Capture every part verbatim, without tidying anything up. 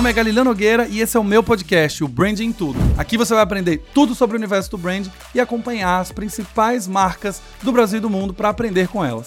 nome é Galileu Nogueira e esse é o meu podcast, o Branding Tudo. Aqui você vai aprender tudo sobre o universo do brand e acompanhar as principais marcas do Brasil e do mundo para aprender com elas.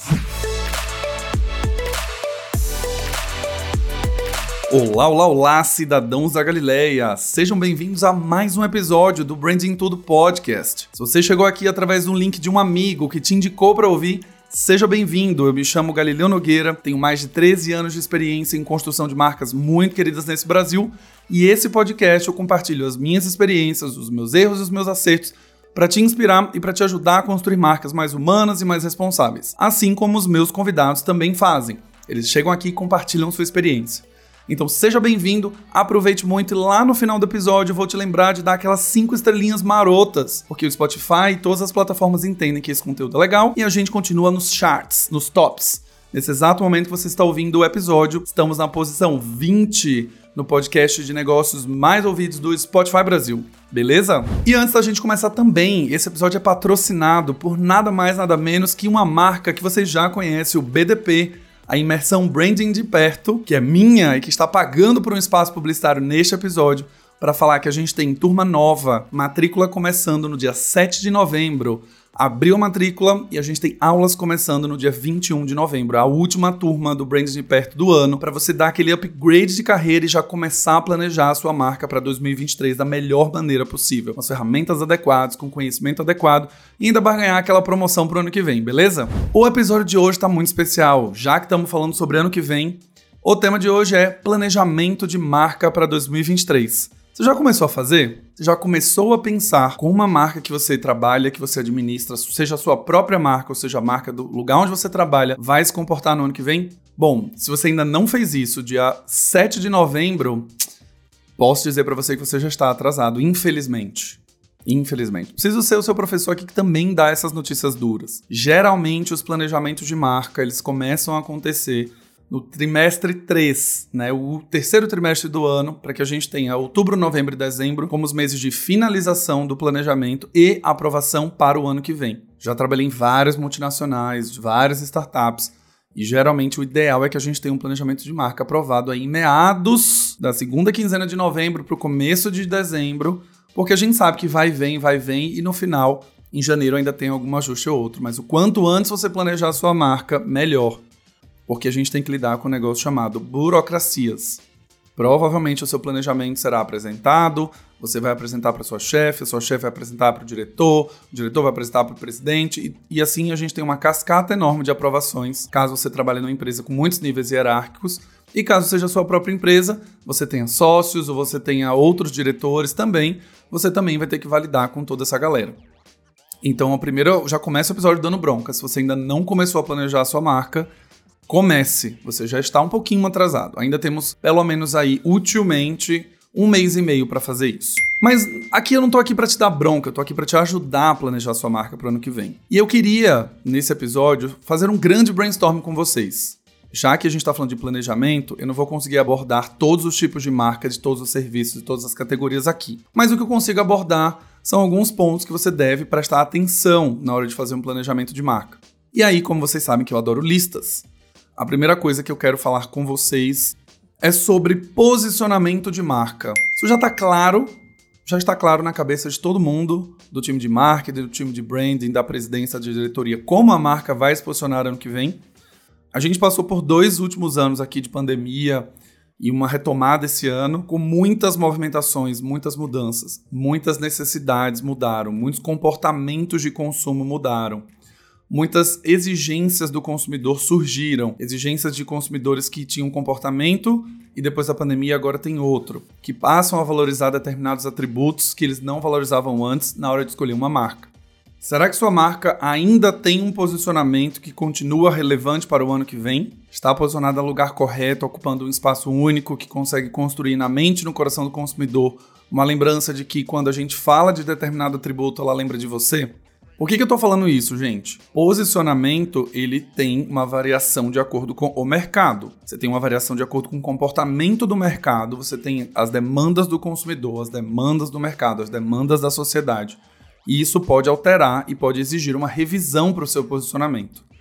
Olá, olá, olá, cidadãos da Galileia! Sejam bem-vindos a mais um episódio do Branding Tudo Podcast. Se você chegou aqui através de um link de um amigo que te indicou para ouvir, seja bem-vindo. Eu me chamo Galileu Nogueira, tenho mais de treze anos de experiência em construção de marcas muito queridas nesse Brasil e esse podcast eu compartilho as minhas experiências, os meus erros e os meus acertos para te inspirar e para te ajudar a construir marcas mais humanas e mais responsáveis, assim como os meus convidados também fazem. Eles chegam aqui e compartilham sua experiência. Então seja bem-vindo, aproveite muito e lá no final do episódio eu vou te lembrar de dar aquelas cinco estrelinhas marotas, porque o Spotify e todas as plataformas entendem que esse conteúdo é legal e a gente continua nos charts, nos tops. Nesse exato momento que você está ouvindo o episódio, estamos na posição vinte no podcast de negócios mais ouvidos do Spotify Brasil, beleza? E antes da gente começar também, esse episódio é patrocinado por nada mais nada menos que uma marca que você já conhece, o B D P, a imersão Branding de Perto, que é minha e que está pagando por um espaço publicitário neste episódio, para falar que a gente tem turma nova, matrícula começando no dia sete de novembro. Abriu a matrícula e a gente tem aulas começando no dia vinte e um de novembro, a última turma do Branding de Perto do ano, para você dar aquele upgrade de carreira e já começar a planejar a sua marca para dois mil e vinte e três da melhor maneira possível, com as ferramentas adequadas, com conhecimento adequado e ainda vai ganhar aquela promoção para o ano que vem, beleza? O episódio de hoje está muito especial, já que estamos falando sobre ano que vem. O tema de hoje é planejamento de marca para dois mil e vinte e três. Você já começou a fazer? Você já começou a pensar com uma marca que você trabalha, que você administra, seja a sua própria marca, ou seja, a marca do lugar onde você trabalha, vai se comportar no ano que vem? Bom, se você ainda não fez isso, dia sete de novembro, posso dizer para você que você já está atrasado, infelizmente. Infelizmente. Preciso ser o seu professor aqui que também dá essas notícias duras. Geralmente, os planejamentos de marca, eles começam a acontecer no trimestre três, né, o terceiro trimestre do ano, para que a gente tenha outubro, novembro e dezembro como os meses de finalização do planejamento e aprovação para o ano que vem. Já trabalhei em várias multinacionais, várias startups, e geralmente o ideal é que a gente tenha um planejamento de marca aprovado aí em meados da segunda quinzena de novembro para o começo de dezembro, porque a gente sabe que vai, vem, vai, vem, e no final, em janeiro ainda tem algum ajuste ou outro, mas o quanto antes você planejar a sua marca, melhor. Porque a gente tem que lidar com um negócio chamado burocracias. Provavelmente o seu planejamento será apresentado, você vai apresentar para sua chefe, a sua chefe vai apresentar para o diretor, o diretor vai apresentar para o presidente, e, e assim a gente tem uma cascata enorme de aprovações, caso você trabalhe numa empresa com muitos níveis hierárquicos, e caso seja a sua própria empresa, você tenha sócios ou você tenha outros diretores também, você também vai ter que validar com toda essa galera. Então, a primeira, eu já começa o episódio dando bronca. Se você ainda não começou a planejar a sua marca, comece, você já está um pouquinho atrasado. Ainda temos, pelo menos aí, utilmente, um mês e meio para fazer isso. Mas aqui eu não tô aqui para te dar bronca, eu tô aqui para te ajudar a planejar sua marca para o ano que vem. E eu queria, nesse episódio, fazer um grande brainstorm com vocês. Já que a gente está falando de planejamento, eu não vou conseguir abordar todos os tipos de marca, de todos os serviços, de todas as categorias aqui. Mas o que eu consigo abordar são alguns pontos que você deve prestar atenção na hora de fazer um planejamento de marca. E aí, como vocês sabem que eu adoro listas, a primeira coisa que eu quero falar com vocês é sobre posicionamento de marca. Isso já está claro, já está claro na cabeça de todo mundo, do time de marketing, do time de branding, da presidência, da diretoria, como a marca vai se posicionar ano que vem. A gente passou por dois últimos anos aqui de pandemia e uma retomada esse ano com muitas movimentações, muitas mudanças, muitas necessidades mudaram, muitos comportamentos de consumo mudaram. Muitas exigências do consumidor surgiram, exigências de consumidores que tinham um comportamento e depois da pandemia agora tem outro, que passam a valorizar determinados atributos que eles não valorizavam antes na hora de escolher uma marca. Será que sua marca ainda tem um posicionamento que continua relevante para o ano que vem? Está posicionada no lugar correto, ocupando um espaço único que consegue construir na mente e no coração do consumidor uma lembrança de que quando a gente fala de determinado atributo, ela lembra de você? Por que que eu tô falando isso, gente? Posicionamento, ele tem uma variação de acordo com o mercado. Você tem uma variação de acordo com o comportamento do mercado, você tem as demandas do consumidor, as demandas do mercado, as demandas da sociedade. E isso pode alterar e pode exigir uma revisão para o seu posicionamento.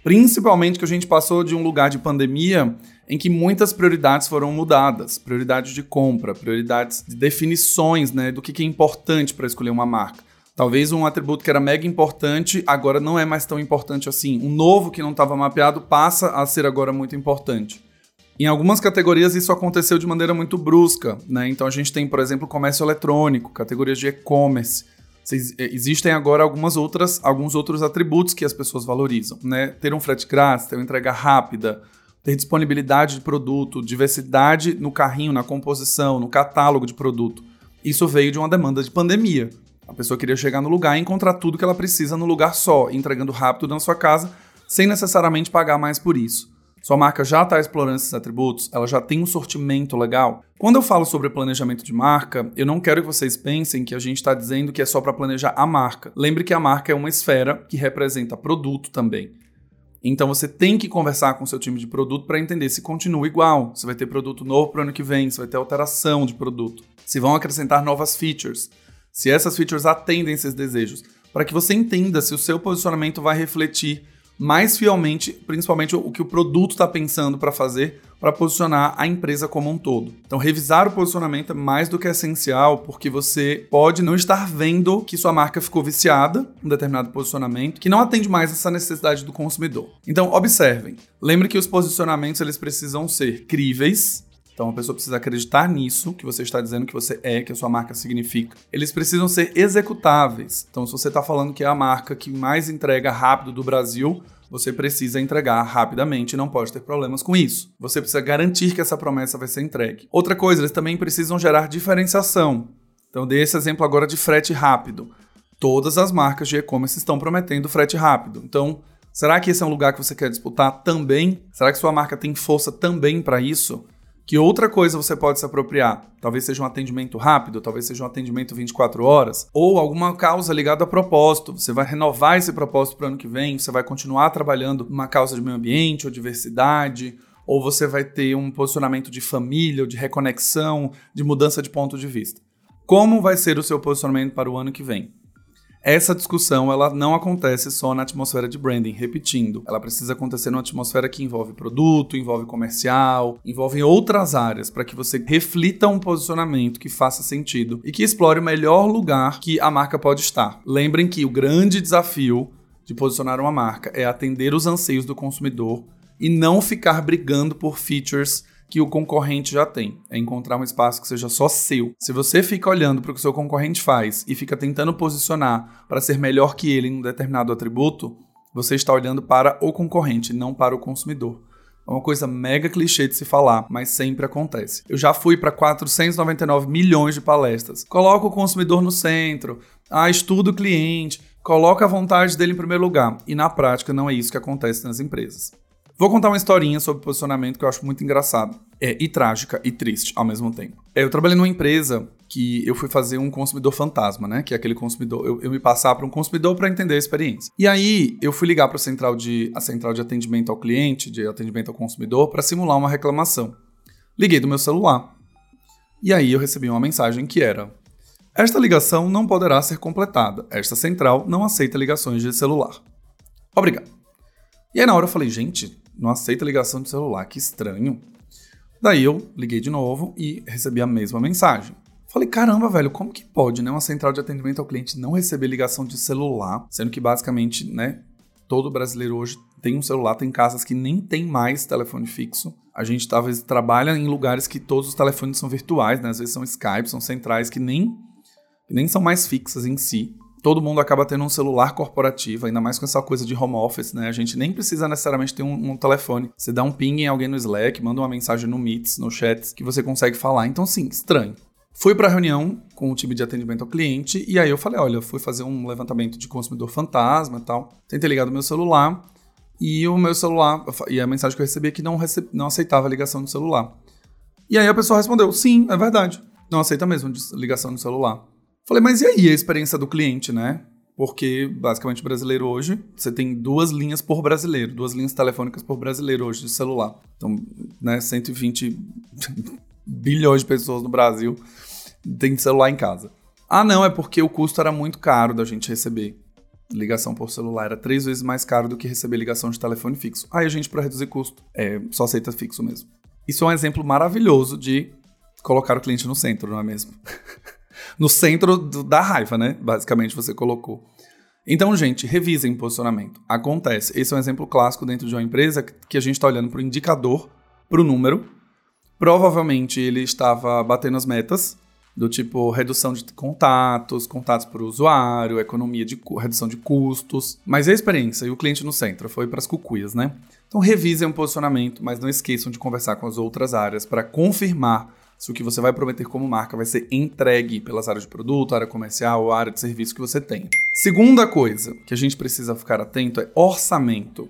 Principalmente que a gente passou de um lugar de pandemia em que muitas prioridades foram mudadas. Prioridades de compra, prioridades de definições, né, do que é importante para escolher uma marca. Talvez um atributo que era mega importante, agora não é mais tão importante assim. Um novo que não estava mapeado passa a ser agora muito importante. Em algumas categorias isso aconteceu de maneira muito brusca, né? Então a gente tem, por exemplo, comércio eletrônico, categorias de e-commerce. Existem agora algumas outras, alguns outros atributos que as pessoas valorizam, né? Ter um frete grátis, ter uma entrega rápida, ter disponibilidade de produto, diversidade no carrinho, na composição, no catálogo de produto. Isso veio de uma demanda de pandemia. A pessoa queria chegar no lugar e encontrar tudo que ela precisa no lugar só, entregando rápido na sua casa, sem necessariamente pagar mais por isso. Sua marca já está explorando esses atributos, ela já tem um sortimento legal. Quando eu falo sobre planejamento de marca, eu não quero que vocês pensem que a gente está dizendo que é só para planejar a marca. Lembre que a marca é uma esfera que representa produto também. Então você tem que conversar com o seu time de produto para entender se continua igual, se vai ter produto novo para o ano que vem, se vai ter alteração de produto, se vão acrescentar novas features, se essas features atendem esses desejos, para que você entenda se o seu posicionamento vai refletir mais fielmente, principalmente o que o produto está pensando para fazer, para posicionar a empresa como um todo. Então, revisar o posicionamento é mais do que essencial, porque você pode não estar vendo que sua marca ficou viciada em um determinado posicionamento, que não atende mais essa necessidade do consumidor. Então, observem. Lembre que os posicionamentos eles precisam ser críveis. Então, a pessoa precisa acreditar nisso, que você está dizendo que você é, que a sua marca significa. Eles precisam ser executáveis. Então, se você está falando que é a marca que mais entrega rápido do Brasil, você precisa entregar rapidamente e não pode ter problemas com isso. Você precisa garantir que essa promessa vai ser entregue. Outra coisa, eles também precisam gerar diferenciação. Então, eu dei esse exemplo agora de frete rápido. Todas as marcas de e-commerce estão prometendo frete rápido. Então, será que esse é um lugar que você quer disputar também? Será que sua marca tem força também para isso? Que outra coisa você pode se apropriar? Talvez seja um atendimento rápido, talvez seja um atendimento vinte e quatro horas, ou alguma causa ligada a propósito. Você vai renovar esse propósito para o ano que vem, você vai continuar trabalhando numa causa de meio ambiente ou diversidade, ou você vai ter um posicionamento de família, ou de reconexão, de mudança de ponto de vista. Como vai ser o seu posicionamento para o ano que vem? Essa discussão ela não acontece só na atmosfera de branding, repetindo. Ela precisa acontecer numa atmosfera que envolve produto, envolve comercial, envolve outras áreas, para que você reflita um posicionamento que faça sentido e que explore o melhor lugar que a marca pode estar. Lembrem que o grande desafio de posicionar uma marca é atender os anseios do consumidor e não ficar brigando por features que o concorrente já tem. É encontrar um espaço que seja só seu. Se você fica olhando para o que o seu concorrente faz e fica tentando posicionar para ser melhor que ele em um determinado atributo, você está olhando para o concorrente, não para o consumidor. É uma coisa mega clichê de se falar, mas sempre acontece. Eu já fui para quatrocentos e noventa e nove milhões de palestras. Coloca o consumidor no centro, ah, estuda o cliente, coloca a vontade dele em primeiro lugar. E na prática não é isso que acontece nas empresas. Vou contar uma historinha sobre posicionamento que eu acho muito engraçado. É, e trágica e triste ao mesmo tempo. É, eu trabalhei numa empresa que eu fui fazer um consumidor fantasma, né? Que é aquele consumidor, eu, eu me passar para um consumidor para entender a experiência. E aí, eu fui ligar para a central de, a central de atendimento ao cliente, de atendimento ao consumidor, para simular uma reclamação. Liguei do meu celular. E aí, eu recebi uma mensagem que era: esta ligação não poderá ser completada. Esta central não aceita ligações de celular. Obrigado. E aí, na hora, eu falei, gente, não aceita ligação de celular, que estranho. Daí eu liguei de novo e recebi a mesma mensagem. Falei, caramba, velho, como que pode, né, uma central de atendimento ao cliente não receber ligação de celular, sendo que basicamente, né, todo brasileiro hoje tem um celular, tem casas que nem tem mais telefone fixo. A gente talvez trabalha em lugares que todos os telefones são virtuais, né, às vezes são Skype, são centrais que nem, que nem são mais fixas em si. Todo mundo acaba tendo um celular corporativo, ainda mais com essa coisa de home office, né? A gente nem precisa necessariamente ter um, um telefone. Você dá um ping em alguém no Slack, manda uma mensagem no Meets, no Chats, que você consegue falar. Então, sim, estranho. Fui para a reunião com o time de atendimento ao cliente e aí eu falei, olha, fui fazer um levantamento de consumidor fantasma e tal. Tentei ligar do meu celular e o meu celular... E a mensagem que eu recebi é que não, receb, não aceitava a ligação do celular. E aí a pessoa respondeu, sim, é verdade. Não aceita mesmo ligação no celular. Falei, mas e aí a experiência do cliente, né? Porque, basicamente, brasileiro hoje, você tem duas linhas por brasileiro, duas linhas telefônicas por brasileiro hoje de celular. Então, né, cento e vinte bilhões de pessoas no Brasil têm celular em casa. Ah, não, é porque o custo era muito caro da gente receber. Ligação por celular era três vezes mais caro do que receber ligação de telefone fixo. Aí a gente, para reduzir custo, é, só aceita fixo mesmo. Isso é um exemplo maravilhoso de colocar o cliente no centro, não é mesmo? No centro do, da raiva, né? Basicamente você colocou. Então, gente, revisem o posicionamento. Acontece. Esse é um exemplo clássico dentro de uma empresa que a gente está olhando para o indicador, para o número. Provavelmente ele estava batendo as metas, do tipo redução de contatos, contatos por usuário, economia de redução de custos. Mas a experiência e o cliente no centro foi para as cucuias, né? Então revisem o posicionamento, mas não esqueçam de conversar com as outras áreas para confirmar se o que você vai prometer como marca vai ser entregue pelas áreas de produto, área comercial ou área de serviço que você tenha. Segunda coisa que a gente precisa ficar atento é orçamento.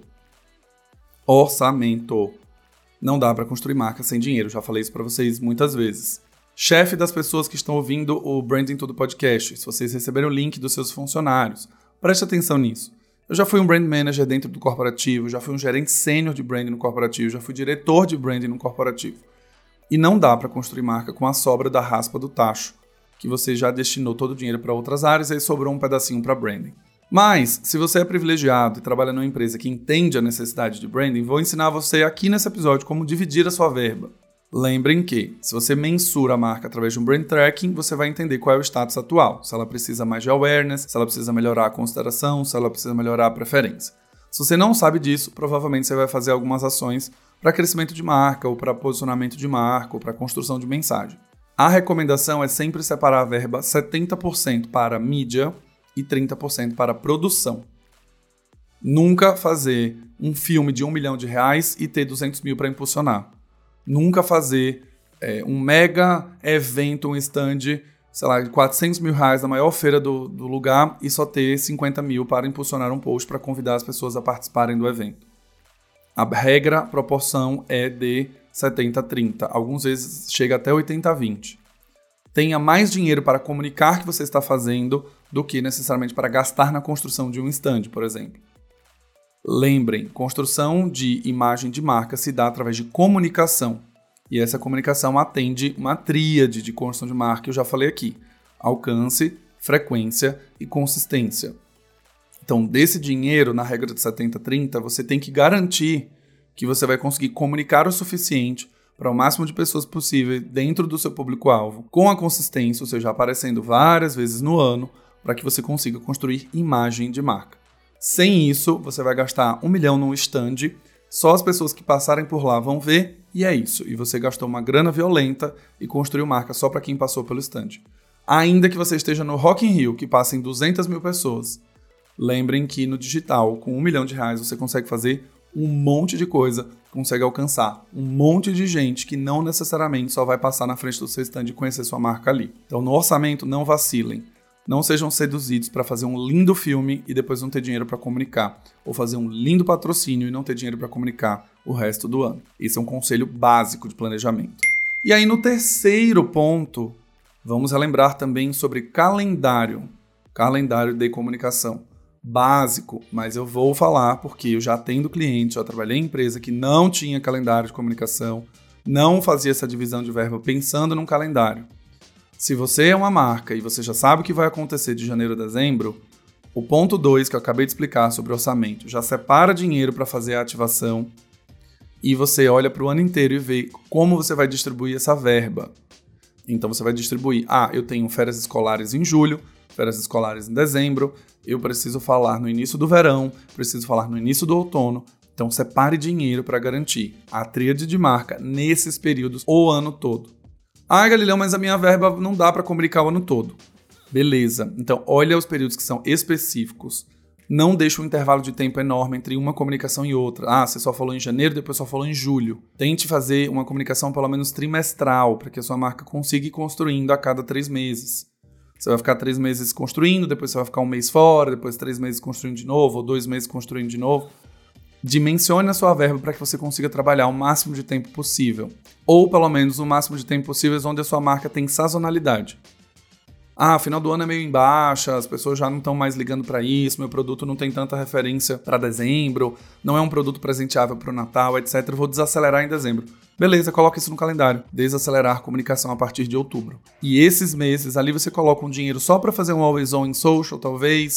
Orçamento. Não dá para construir marca sem dinheiro, já falei isso para vocês muitas vezes. Chefe das pessoas que estão ouvindo o Branding Tudo Podcast, se vocês receberem o link dos seus funcionários, preste atenção nisso. Eu já fui um brand manager dentro do corporativo, já fui um gerente sênior de branding no corporativo, já fui diretor de branding no corporativo. E não dá para construir marca com a sobra da raspa do tacho, que você já destinou todo o dinheiro para outras áreas e aí sobrou um pedacinho para branding. Mas, se você é privilegiado e trabalha numa empresa que entende a necessidade de branding, vou ensinar você aqui nesse episódio como dividir a sua verba. Lembrem que, se você mensura a marca através de um brand tracking, você vai entender qual é o status atual, se ela precisa mais de awareness, se ela precisa melhorar a consideração, se ela precisa melhorar a preferência. Se você não sabe disso, provavelmente você vai fazer algumas ações para crescimento de marca, ou para posicionamento de marca, ou para construção de mensagem. A recomendação é sempre separar a verba setenta por cento para mídia e trinta por cento para produção. Nunca fazer um filme de um milhão de reais e ter duzentos mil para impulsionar. Nunca fazer é, um mega evento, um stand, sei lá, de quatrocentos mil reais na maior feira do, do lugar e só ter cinquenta mil para impulsionar um post para convidar as pessoas a participarem do evento. A regra, a proporção é de setenta a trinta. Algumas vezes chega até oitenta a vinte. Tenha mais dinheiro para comunicar que você está fazendo do que necessariamente para gastar na construção de um stand, por exemplo. Lembrem, construção de imagem de marca se dá através de comunicação. E essa comunicação atende uma tríade de construção de marca que eu já falei aqui. Alcance, frequência e consistência. Então, desse dinheiro, na regra de setenta a trinta, você tem que garantir que você vai conseguir comunicar o suficiente para o máximo de pessoas possível dentro do seu público-alvo, com a consistência, ou seja, aparecendo várias vezes no ano, para que você consiga construir imagem de marca. Sem isso, você vai gastar um milhão num stand, só as pessoas que passarem por lá vão ver, e é isso. E você gastou uma grana violenta e construiu marca só para quem passou pelo stand. Ainda que você esteja no Rock in Rio, que passem duzentas mil pessoas, lembrem que no digital, com um milhão de reais, você consegue fazer um monte de coisa, consegue alcançar um monte de gente que não necessariamente só vai passar na frente do seu stand e conhecer sua marca ali. Então, no orçamento, não vacilem. Não sejam seduzidos para fazer um lindo filme e depois não ter dinheiro para comunicar, ou fazer um lindo patrocínio e não ter dinheiro para comunicar o resto do ano. Esse é um conselho básico de planejamento. E aí, no terceiro ponto, vamos relembrar também sobre calendário. Calendário de comunicação. Básico, mas eu vou falar porque eu já atendo cliente, já trabalhei em empresa que não tinha calendário de comunicação, não fazia essa divisão de verba pensando num calendário. Se você é uma marca e você já sabe o que vai acontecer de janeiro a dezembro, o ponto dois que eu acabei de explicar sobre orçamento, já separa dinheiro para fazer a ativação e você olha para o ano inteiro e vê como você vai distribuir essa verba. Então você vai distribuir, ah, eu tenho férias escolares em julho, férias escolares em dezembro, eu preciso falar no início do verão, preciso falar no início do outono, então separe dinheiro para garantir a tríade de marca nesses períodos o ano todo. Ah, Galileu, mas a minha verba não dá para comunicar o ano todo. Beleza, então olha os períodos que são específicos. Não deixa um intervalo de tempo enorme entre uma comunicação e outra. Ah, você só falou em janeiro, depois só falou em julho. Tente fazer uma comunicação pelo menos trimestral, para que a sua marca consiga ir construindo a cada três meses. Você vai ficar três meses construindo, depois você vai ficar um mês fora, depois três meses construindo de novo, ou dois meses construindo de novo. Dimensione a sua verba para que você consiga trabalhar o máximo de tempo possível. Ou, pelo menos, o máximo de tempo possível onde a sua marca tem sazonalidade. Ah, final do ano é meio em baixa, as pessoas já não estão mais ligando para isso, meu produto não tem tanta referência para dezembro, não é um produto presenteável para o Natal, etcétera. Eu vou desacelerar em dezembro. Beleza, coloca isso no calendário. Desacelerar a comunicação a partir de outubro. E esses meses, ali você coloca um dinheiro só para fazer um always on em social, talvez,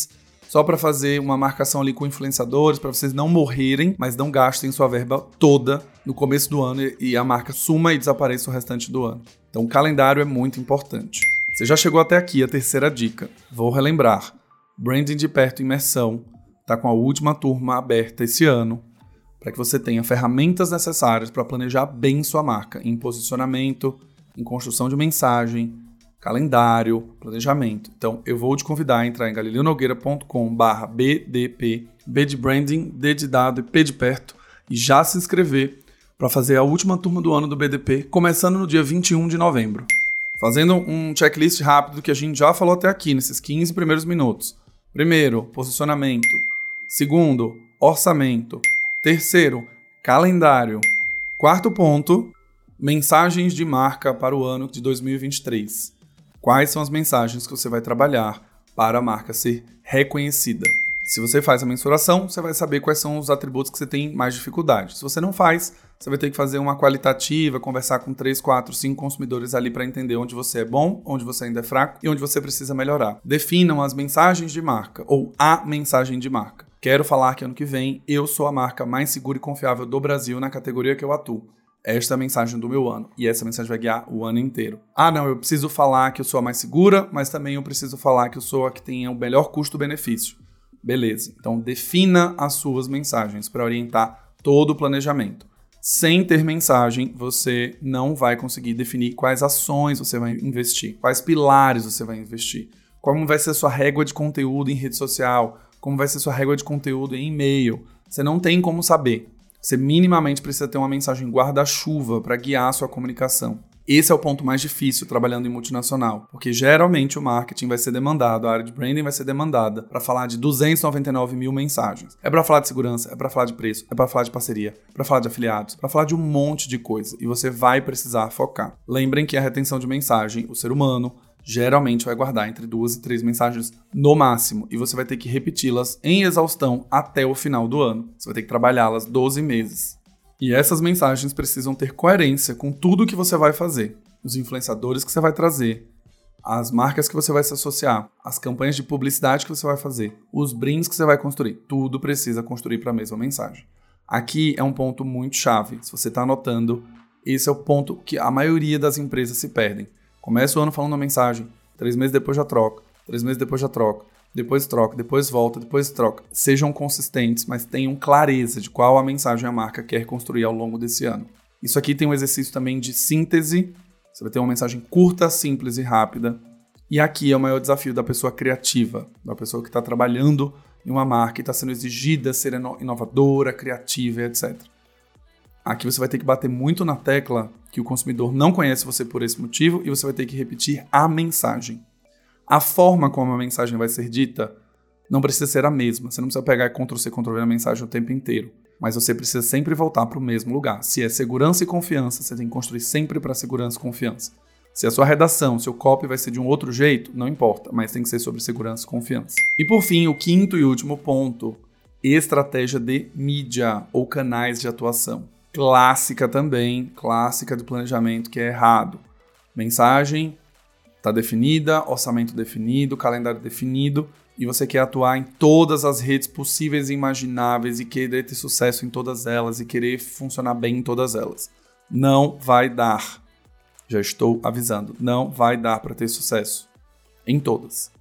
só para fazer uma marcação ali com influenciadores, para vocês não morrerem, mas não gastem sua verba toda no começo do ano e a marca suma e desapareça o restante do ano. Então o calendário é muito importante. Você já chegou até aqui, a terceira dica. Vou relembrar. Branding de Perto Imersão está com a última turma aberta esse ano, para que você tenha ferramentas necessárias para planejar bem sua marca em posicionamento, em construção de mensagem, calendário, planejamento. Então, eu vou te convidar a entrar em galileu nogueira ponto com barra B D P, B de Branding, D de Dado e P de Perto, e já se inscrever para fazer a última turma do ano do B D P, começando no dia vinte e um de novembro. Fazendo um checklist rápido que a gente já falou até aqui, nesses quinze primeiros minutos. Primeiro, posicionamento. Segundo, orçamento. Terceiro, calendário. Quarto ponto, mensagens de marca para o ano de dois mil e vinte e três. Quais são as mensagens que você vai trabalhar para a marca ser reconhecida? Se você faz a mensuração, você vai saber quais são os atributos que você tem mais dificuldade. Se você não faz, você vai ter que fazer uma qualitativa, conversar com três, quatro, cinco consumidores ali para entender onde você é bom, onde você ainda é fraco e onde você precisa melhorar. Definam as mensagens de marca ou a mensagem de marca. Quero falar que ano que vem eu sou a marca mais segura e confiável do Brasil na categoria que eu atuo. Esta é a mensagem do meu ano. E essa mensagem vai guiar o ano inteiro. Ah, não, eu preciso falar que eu sou a mais segura, mas também eu preciso falar que eu sou a que tem o melhor custo-benefício. Beleza. Então, defina as suas mensagens para orientar todo o planejamento. Sem ter mensagem, você não vai conseguir definir quais ações você vai investir, quais pilares você vai investir, como vai ser a sua régua de conteúdo em rede social, como vai ser a sua régua de conteúdo em e-mail. Você não tem como saber. Você minimamente precisa ter uma mensagem guarda-chuva para guiar a sua comunicação. Esse é o ponto mais difícil trabalhando em multinacional, porque geralmente o marketing vai ser demandado, a área de branding vai ser demandada para falar de duzentas e noventa e nove mil mensagens. É para falar de segurança, é para falar de preço, é para falar de parceria, é para falar de afiliados, para falar de um monte de coisa, e você vai precisar focar. Lembrem que a retenção de mensagem, o ser humano, geralmente vai guardar entre duas e três mensagens no máximo, e você vai ter que repeti-las em exaustão até o final do ano. Você vai ter que trabalhá-las doze meses. E essas mensagens precisam ter coerência com tudo que você vai fazer. Os influenciadores que você vai trazer, as marcas que você vai se associar, as campanhas de publicidade que você vai fazer, os brindes que você vai construir. Tudo precisa construir para a mesma mensagem. Aqui é um ponto muito chave. Se você está anotando, esse é o ponto que a maioria das empresas se perdem. Começa o ano falando uma mensagem, três meses depois já troca, três meses depois já troca. Depois troca, depois volta, depois troca. Sejam consistentes, mas tenham clareza de qual a mensagem a marca quer construir ao longo desse ano. Isso aqui tem um exercício também de síntese. Você vai ter uma mensagem curta, simples e rápida. E aqui é o maior desafio da pessoa criativa, da pessoa que está trabalhando em uma marca e está sendo exigida ser inovadora, criativa, etcétera. Aqui você vai ter que bater muito na tecla que o consumidor não conhece você por esse motivo e você vai ter que repetir a mensagem. A forma como a mensagem vai ser dita não precisa ser a mesma. Você não precisa pegar Ctrl-C, Ctrl-V na mensagem o tempo inteiro. Mas você precisa sempre voltar para o mesmo lugar. Se é segurança e confiança, você tem que construir sempre para segurança e confiança. Se a sua redação, seu copy vai ser de um outro jeito, não importa, mas tem que ser sobre segurança e confiança. E por fim, o quinto e último ponto, estratégia de mídia ou canais de atuação. Clássica também, clássica do planejamento que é errado. Mensagem está definida, orçamento definido, calendário definido, e você quer atuar em todas as redes possíveis e imagináveis e querer ter sucesso em todas elas e querer funcionar bem em todas elas. Não vai dar. Já estou avisando, não vai dar para ter sucesso em todas.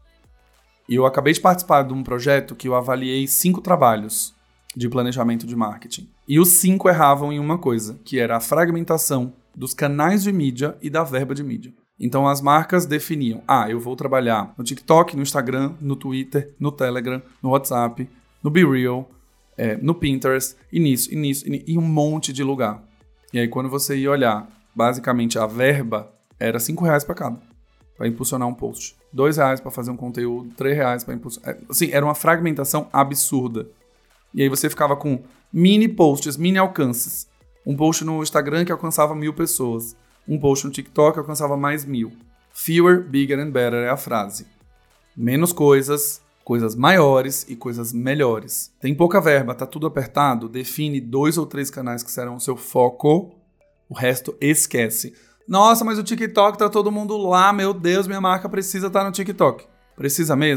E eu acabei de participar de um projeto que eu avaliei cinco trabalhos de planejamento de marketing. E os cinco erravam em uma coisa, que era a fragmentação dos canais de mídia e da verba de mídia. Então as marcas definiam, ah, eu vou trabalhar no TikTok, no Instagram, no Twitter, no Telegram, no WhatsApp, no BeReal, é, no Pinterest, e nisso, e nisso, e um monte de lugar. E aí quando você ia olhar, basicamente a verba era cinco reais para cada, para impulsionar um post. dois reais para fazer um conteúdo, três reais para impulsionar. Assim, era uma fragmentação absurda. E aí você ficava com mini posts, mini alcances. Um post no Instagram que alcançava mil pessoas. Um post no TikTok alcançava mais mil. Fewer, bigger and better é a frase. Menos coisas, coisas maiores e coisas melhores. Tem pouca verba, tá tudo apertado? Define dois ou três canais que serão o seu foco. O resto esquece. Nossa, mas o TikTok tá todo mundo lá. Meu Deus, minha marca precisa estar no TikTok. Precisa mesmo?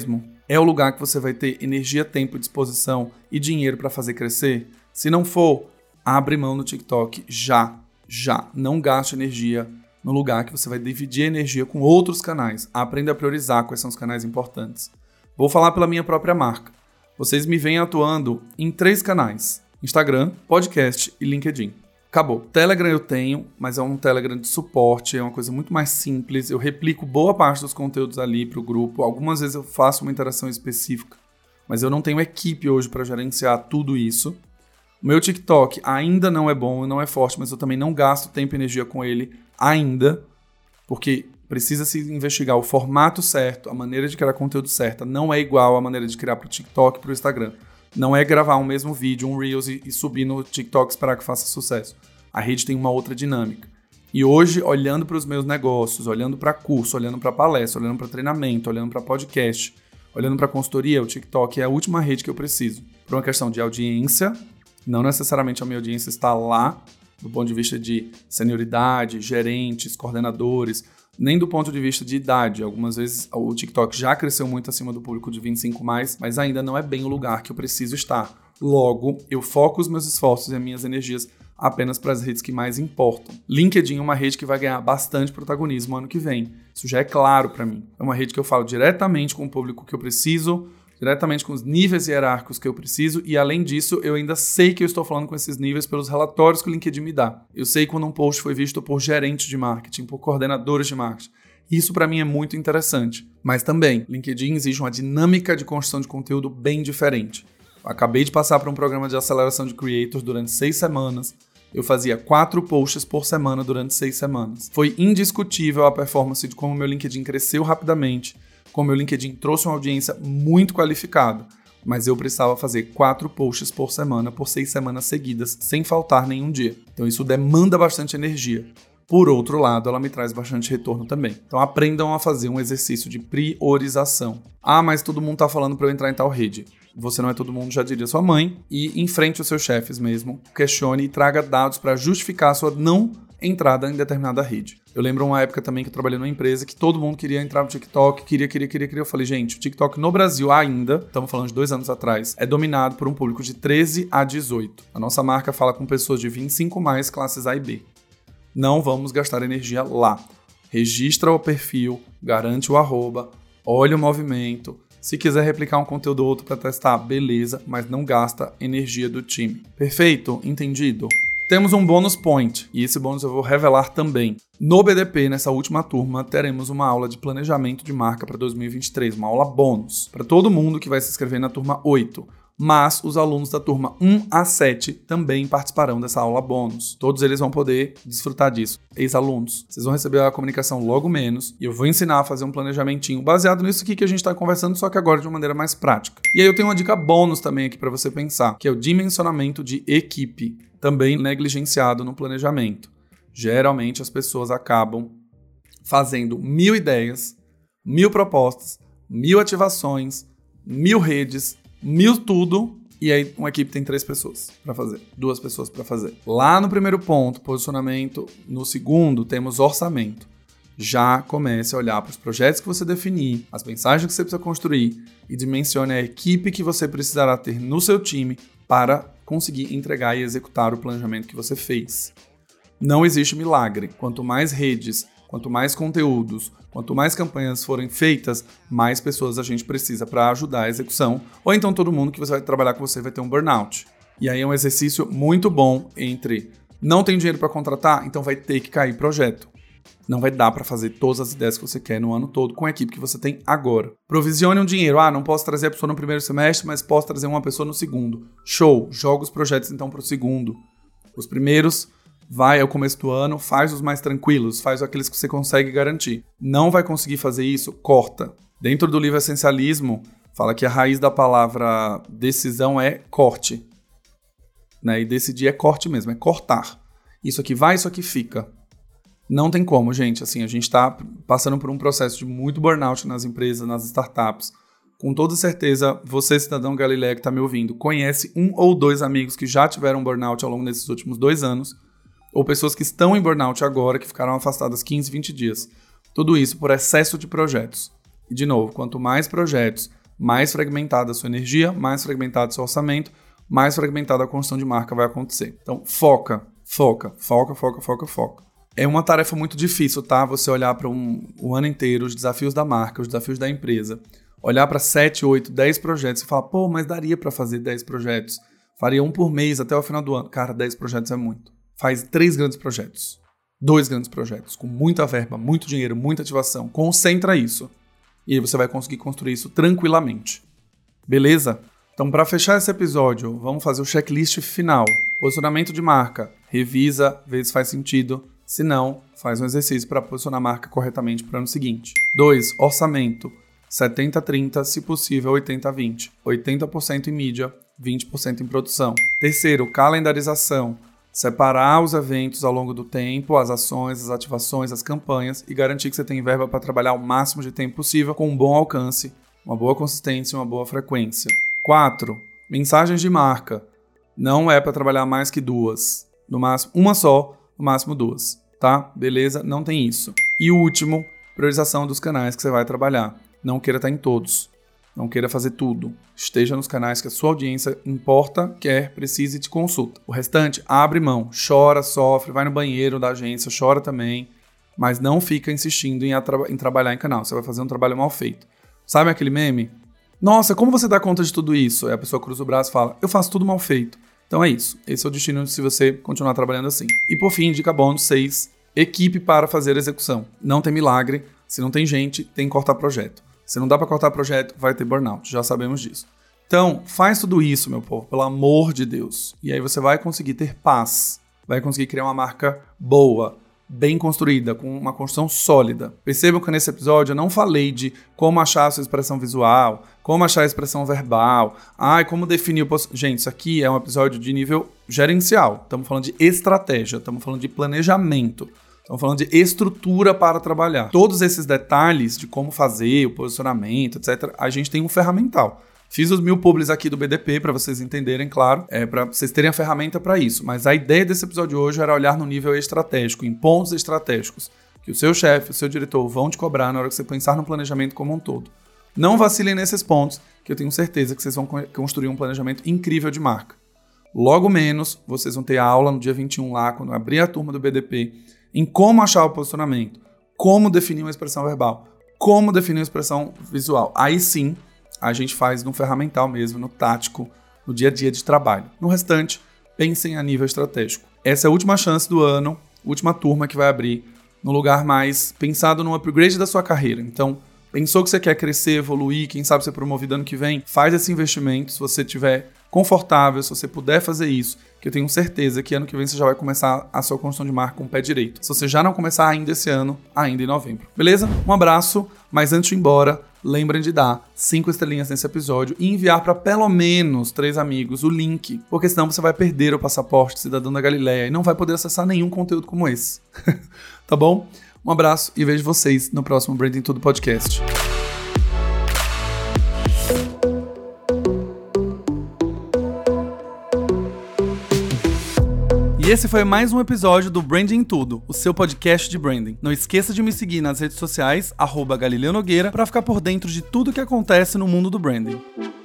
É o lugar que você vai ter energia, tempo, disposição e dinheiro para fazer crescer? Se não for, abre mão no TikTok já, já. Não gaste energia no lugar que você vai dividir a energia com outros canais. Aprenda a priorizar quais são os canais importantes. Vou falar pela minha própria marca. Vocês me vêm atuando em três canais: Instagram, podcast e LinkedIn. Acabou. Telegram eu tenho, mas é um Telegram de suporte, é uma coisa muito mais simples. Eu replico boa parte dos conteúdos ali para o grupo. Algumas vezes eu faço uma interação específica, mas eu não tenho equipe hoje para gerenciar tudo isso. O meu TikTok ainda não é bom, não é forte, mas eu também não gasto tempo e energia com ele ainda, porque precisa se investigar o formato certo, a maneira de criar conteúdo certa. Não é igual a maneira de criar para o TikTok e para o Instagram. Não é gravar um mesmo vídeo, um Reels e, e subir no TikTok e esperar que faça sucesso. A rede tem uma outra dinâmica. E hoje, olhando para os meus negócios, olhando para curso, olhando para palestra, olhando para treinamento, olhando para podcast, olhando para consultoria, o TikTok é a última rede que eu preciso. Por uma questão de audiência, não necessariamente a minha audiência está lá, do ponto de vista de senioridade, gerentes, coordenadores, nem do ponto de vista de idade. Algumas vezes o TikTok já cresceu muito acima do público de vinte e cinco mais, mas ainda não é bem o lugar que eu preciso estar. Logo, eu foco os meus esforços e as minhas energias apenas para as redes que mais importam. LinkedIn é uma rede que vai ganhar bastante protagonismo ano que vem. Isso já é claro para mim. É uma rede que eu falo diretamente com o público que eu preciso, diretamente com os níveis hierárquicos que eu preciso, e além disso, eu ainda sei que eu estou falando com esses níveis pelos relatórios que o LinkedIn me dá. Eu sei quando um post foi visto por gerentes de marketing, por coordenadores de marketing. Isso para mim é muito interessante. Mas também, LinkedIn exige uma dinâmica de construção de conteúdo bem diferente. Eu acabei de passar por um programa de aceleração de creators durante seis semanas. Eu fazia quatro posts por semana durante seis semanas. Foi indiscutível a performance de como meu LinkedIn cresceu rapidamente, como meu LinkedIn trouxe uma audiência muito qualificada, mas eu precisava fazer quatro posts por semana por seis semanas seguidas, sem faltar nenhum dia. Então isso demanda bastante energia. Por outro lado, ela me traz bastante retorno também. Então aprendam a fazer um exercício de priorização. Ah, mas todo mundo está falando para eu entrar em tal rede. Você não é todo mundo, já diria sua mãe, e enfrente os seus chefes mesmo, questione e traga dados para justificar a sua não entrada em determinada rede. Eu lembro uma época também que eu trabalhei numa empresa que todo mundo queria entrar no TikTok, queria, queria, queria, queria. Eu falei, gente, o TikTok no Brasil ainda, estamos falando de dois anos atrás, é dominado por um público de treze a dezoito. A nossa marca fala com pessoas de vinte e cinco mais, classes A e B. Não vamos gastar energia lá. Registra o perfil, garante o arroba, olha o movimento. Se quiser replicar um conteúdo ou outro para testar, beleza, mas não gasta energia do time. Perfeito? Entendido? Temos um bônus point, e esse bônus eu vou revelar também. No B D P, nessa última turma, teremos uma aula de planejamento de marca para dois mil e vinte e três, uma aula bônus, para todo mundo que vai se inscrever na turma oito. Mas os alunos da turma um a sete também participarão dessa aula bônus. Todos eles vão poder desfrutar disso. Ex-alunos, vocês vão receber a comunicação logo menos, e eu vou ensinar a fazer um planejamentinho baseado nisso aqui que a gente está conversando, só que agora de uma maneira mais prática. E aí eu tenho uma dica bônus também aqui para você pensar, que é o dimensionamento de equipe, também negligenciado no planejamento. Geralmente as pessoas acabam fazendo mil ideias, mil propostas, mil ativações, mil redes, mil tudo, e aí uma equipe tem três pessoas para fazer, duas pessoas para fazer. Lá no primeiro ponto, posicionamento. No segundo, temos orçamento. Já comece a olhar para os projetos que você definir, as mensagens que você precisa construir e dimensione a equipe que você precisará ter no seu time para conseguir entregar e executar o planejamento que você fez. Não existe milagre. Quanto mais redes, quanto mais conteúdos, quanto mais campanhas forem feitas, mais pessoas a gente precisa para ajudar a execução. Ou então todo mundo que você vai trabalhar com você vai ter um burnout. E aí é um exercício muito bom entre não tem dinheiro para contratar, então vai ter que cair projeto. Não vai dar para fazer todas as ideias que você quer no ano todo com a equipe que você tem agora. Provisione um dinheiro. Ah, não posso trazer a pessoa no primeiro semestre, mas posso trazer uma pessoa no segundo. Show! Joga os projetos então para o segundo. Os primeiros, vai ao começo do ano, faz os mais tranquilos, faz aqueles que você consegue garantir. Não vai conseguir fazer isso? Corta. Dentro do livro Essencialismo, fala que a raiz da palavra decisão é corte. Né? E decidir é corte mesmo, é cortar. Isso aqui vai, isso aqui fica. Não tem como, gente. Assim, a gente está passando por um processo de muito burnout nas empresas, nas startups. Com toda certeza, você, cidadão Galileia que está me ouvindo, conhece um ou dois amigos que já tiveram burnout ao longo desses últimos dois anos, ou pessoas que estão em burnout agora, que ficaram afastadas quinze, vinte dias. Tudo isso por excesso de projetos. E, de novo, quanto mais projetos, mais fragmentada a sua energia, mais fragmentado o seu orçamento, mais fragmentada a construção de marca vai acontecer. Então, foca, foca, foca, foca, foca, foca. É uma tarefa muito difícil, tá? Você olhar para um, o ano inteiro, os desafios da marca, os desafios da empresa, olhar para sete, oito, dez projetos e falar, pô, mas daria para fazer dez projetos. Faria um por mês até o final do ano. Cara, dez projetos é muito. Faz três grandes projetos. Dois grandes projetos, com muita verba, muito dinheiro, muita ativação. Concentra isso. E aí você vai conseguir construir isso tranquilamente. Beleza? Então, para fechar esse episódio, vamos fazer o checklist final. Posicionamento de marca. Revisa, vê se faz sentido. Se não, faz um exercício para posicionar a marca corretamente para o ano seguinte. dois. Orçamento. setenta a trinta, se possível oitenta a vinte. oitenta por cento em mídia, vinte por cento em produção. Terceiro, calendarização. Separar os eventos ao longo do tempo, as ações, as ativações, as campanhas e garantir que você tem verba para trabalhar o máximo de tempo possível com um bom alcance, uma boa consistência e uma boa frequência. quatro. Mensagens de marca. Não é para trabalhar mais que duas. No máximo, uma só, no máximo duas. Tá? Beleza? Não tem isso. E o último, priorização dos canais que você vai trabalhar. Não queira estar em todos. Não queira fazer tudo. Esteja nos canais que a sua audiência importa, quer, precisa e te consulta. O restante, abre mão. Chora, sofre, vai no banheiro da agência, chora também. Mas não fica insistindo em, atra- em trabalhar em canal. Você vai fazer um trabalho mal feito. Sabe aquele meme? Nossa, como você dá conta de tudo isso? Aí a pessoa cruza o braço e fala, eu faço tudo mal feito. Então é isso. Esse é o destino se você continuar trabalhando assim. E por fim, dica bônus seis. Equipe para fazer a execução. Não tem milagre. Se não tem gente, tem que cortar projeto. Se não dá para cortar projeto, vai ter burnout. Já sabemos disso. Então, faz tudo isso, meu povo, pelo amor de Deus. E aí você vai conseguir ter paz. Vai conseguir criar uma marca boa, bem construída, com uma construção sólida. Percebam que nesse episódio eu não falei de como achar a sua expressão visual, como achar a expressão verbal, ai, como definir o... Poss... Gente, isso aqui é um episódio de nível gerencial. Estamos falando de estratégia, estamos falando de planejamento. Estamos falando de estrutura para trabalhar. Todos esses detalhes de como fazer, o posicionamento, etcétera, a gente tem um ferramental. Fiz os mil publis aqui do B D P para vocês entenderem, claro, é, para vocês terem a ferramenta para isso. Mas a ideia desse episódio de hoje era olhar no nível estratégico, em pontos estratégicos, que o seu chefe, o seu diretor vão te cobrar na hora que você pensar no planejamento como um todo. Não vacilem nesses pontos, que eu tenho certeza que vocês vão construir um planejamento incrível de marca. Logo menos, vocês vão ter a aula no dia vinte e um lá, quando eu abrir a turma do B D P, em como achar o posicionamento, como definir uma expressão verbal, como definir uma expressão visual. Aí sim, a gente faz no ferramental mesmo, no tático, no dia a dia de trabalho. No restante, pensem a nível estratégico. Essa é a última chance do ano, última turma que vai abrir, no lugar mais pensado no upgrade da sua carreira. Então, pensou que você quer crescer, evoluir, quem sabe ser promovido ano que vem? Faz esse investimento, se você estiver confortável, se você puder fazer isso, que eu tenho certeza que ano que vem você já vai começar a sua construção de marca com o pé direito. Se você já não começar ainda esse ano, ainda em novembro. Beleza? Um abraço, mas antes de ir embora, lembrem de dar cinco estrelinhas nesse episódio e enviar para pelo menos três amigos o link, porque senão você vai perder o passaporte cidadão da Galileia e não vai poder acessar nenhum conteúdo como esse. Tá bom? Um abraço e vejo vocês no próximo Branding Tudo Podcast. E esse foi mais um episódio do Branding Tudo, o seu podcast de branding. Não esqueça de me seguir nas redes sociais, arroba Galileu Nogueira, para ficar por dentro de tudo que acontece no mundo do branding.